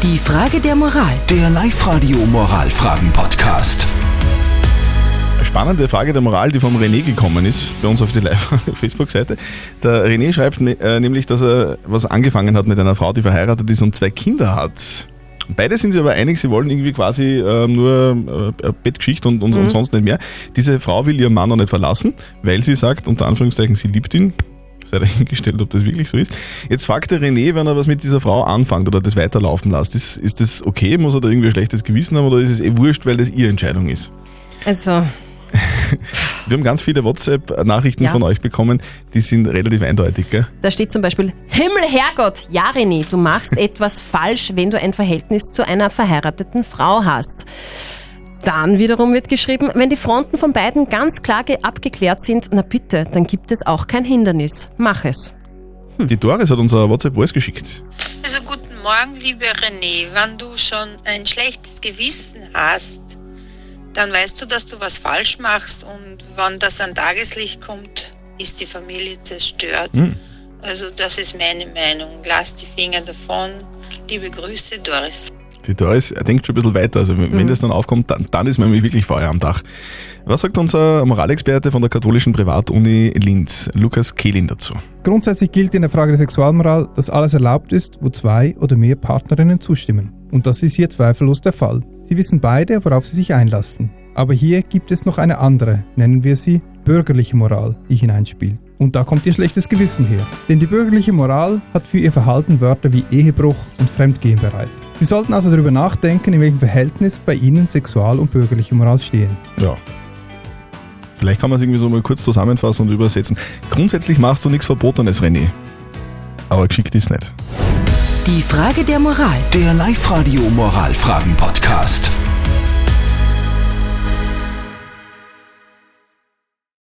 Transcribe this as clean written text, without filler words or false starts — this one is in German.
Die Frage der Moral. Der Live-Radio Moralfragen-Podcast. Spannende Frage der Moral, die vom René gekommen ist, bei uns auf die Live-Facebook-Seite. Der René schreibt nämlich, dass er was angefangen hat mit einer Frau, die verheiratet ist und 2 Kinder hat. Beide sind sich aber einig, sie wollen irgendwie quasi nur Bettgeschichte und sonst nicht mehr. Diese Frau will ihren Mann noch nicht verlassen, weil sie sagt, unter Anführungszeichen, sie liebt ihn. Sei dahingestellt, ob das wirklich so ist. Jetzt fragt der René, wenn er was mit dieser Frau anfängt oder das weiterlaufen lässt. Ist das okay? Muss er da irgendwie ein schlechtes Gewissen haben oder ist es wurscht, weil das ihre Entscheidung ist? Also... Wir haben ganz viele WhatsApp-Nachrichten von euch bekommen, die sind relativ eindeutig, gell? Da steht zum Beispiel, Himmel, Herrgott, ja René, du machst etwas falsch, wenn du ein Verhältnis zu einer verheirateten Frau hast. Dann wiederum wird geschrieben, wenn die Fronten von beiden ganz klar abgeklärt sind, na bitte, dann gibt es auch kein Hindernis. Mach es. Die Doris hat unser WhatsApp-Voice geschickt. Also guten Morgen, liebe René. Wenn du schon ein schlechtes Gewissen hast, dann weißt du, dass du was falsch machst und wenn das an Tageslicht kommt, ist die Familie zerstört. Also das ist meine Meinung. Lass die Finger davon. Liebe Grüße, Doris. Die Doris denkt schon ein bisschen weiter. Also wenn das dann aufkommt, dann ist man wirklich Feuer am Dach. Was sagt unser Moralexperte von der katholischen Privatuni Linz, Lukas Kehlin, dazu? Grundsätzlich gilt in der Frage der Sexualmoral, dass alles erlaubt ist, wo 2 oder mehr Partnerinnen zustimmen. Und das ist hier zweifellos der Fall. Sie wissen beide, worauf sie sich einlassen. Aber hier gibt es noch eine andere, nennen wir sie bürgerliche Moral, die hineinspielt. Und da kommt ihr schlechtes Gewissen her. Denn die bürgerliche Moral hat für ihr Verhalten Wörter wie Ehebruch und Fremdgehen bereit. Sie sollten also darüber nachdenken, in welchem Verhältnis bei Ihnen Sexual- und bürgerliche Moral stehen. Ja. Vielleicht kann man es irgendwie so mal kurz zusammenfassen und übersetzen. Grundsätzlich machst du nichts Verbotenes, René. Aber geschickt ist nicht. Die Frage der Moral. Der Live-Radio Moralfragen-Podcast.